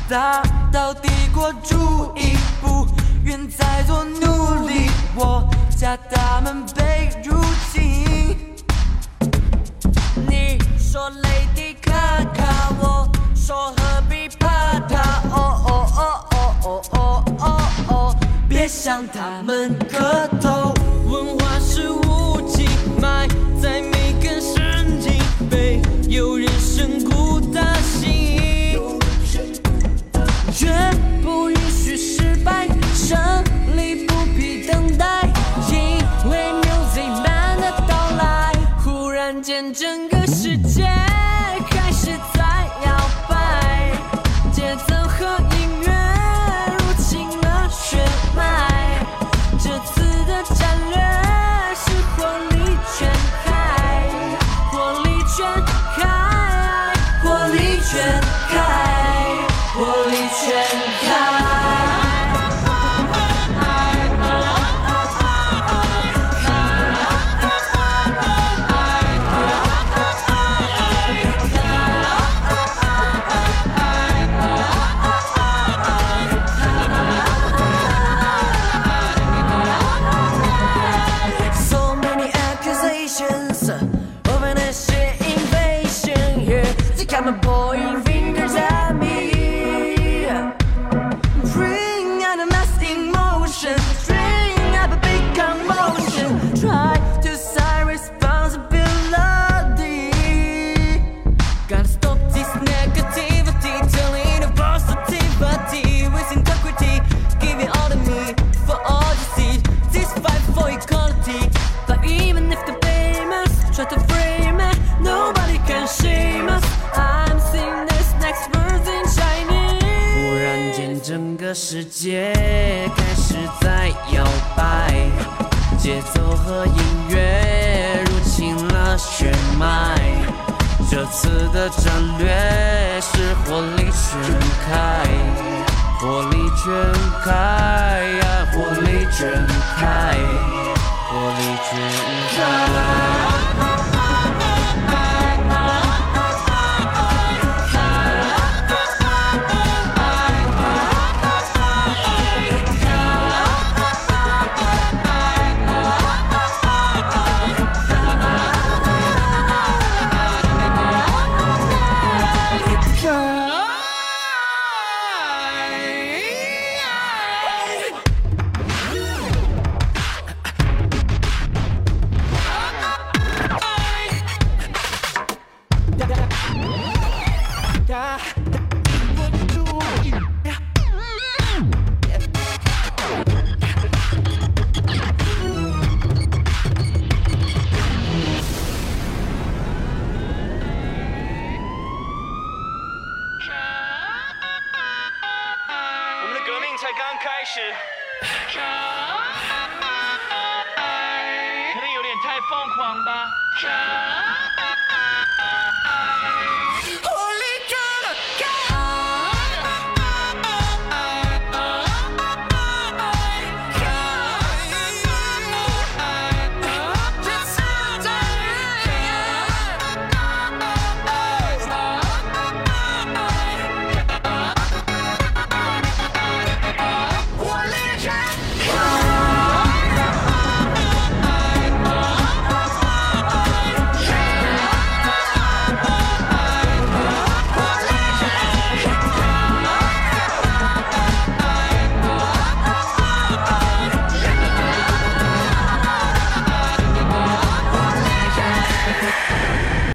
大到帝国主义，不愿再做奴隶。我家大门被入侵。你说雷迪卡卡，我说何必怕他？别向他们磕头。文化是武器，埋在每根神经，被有人深谷打醒。绝不允许失败，胜利不必等待，因为 Music Man 的到来，忽然间整个世界开始在摇摆，节奏和音乐入侵了血脉，这次的战略是火力全开，火力全开，火力全开，火力全开。So many accusations of an Asian invasion here. They come pointing fingers at me. Bring out a mass emotion, bring up a big commotion. Try to cite responsibility. Gotta stop this negativity, telling the positivity with integrity. Give it all to me for all you see. This fight for equality. But even if the famous try to frame it, nobody can shame us. I'm singing this next verse in Chinese. 忽然间，整个世界开始在摇摆，节奏和音乐入侵了血脉。这次的战略是火力全开，火力全开呀，火力全开，火力全开。 我们的革命才刚开始，可能有点太疯狂吧。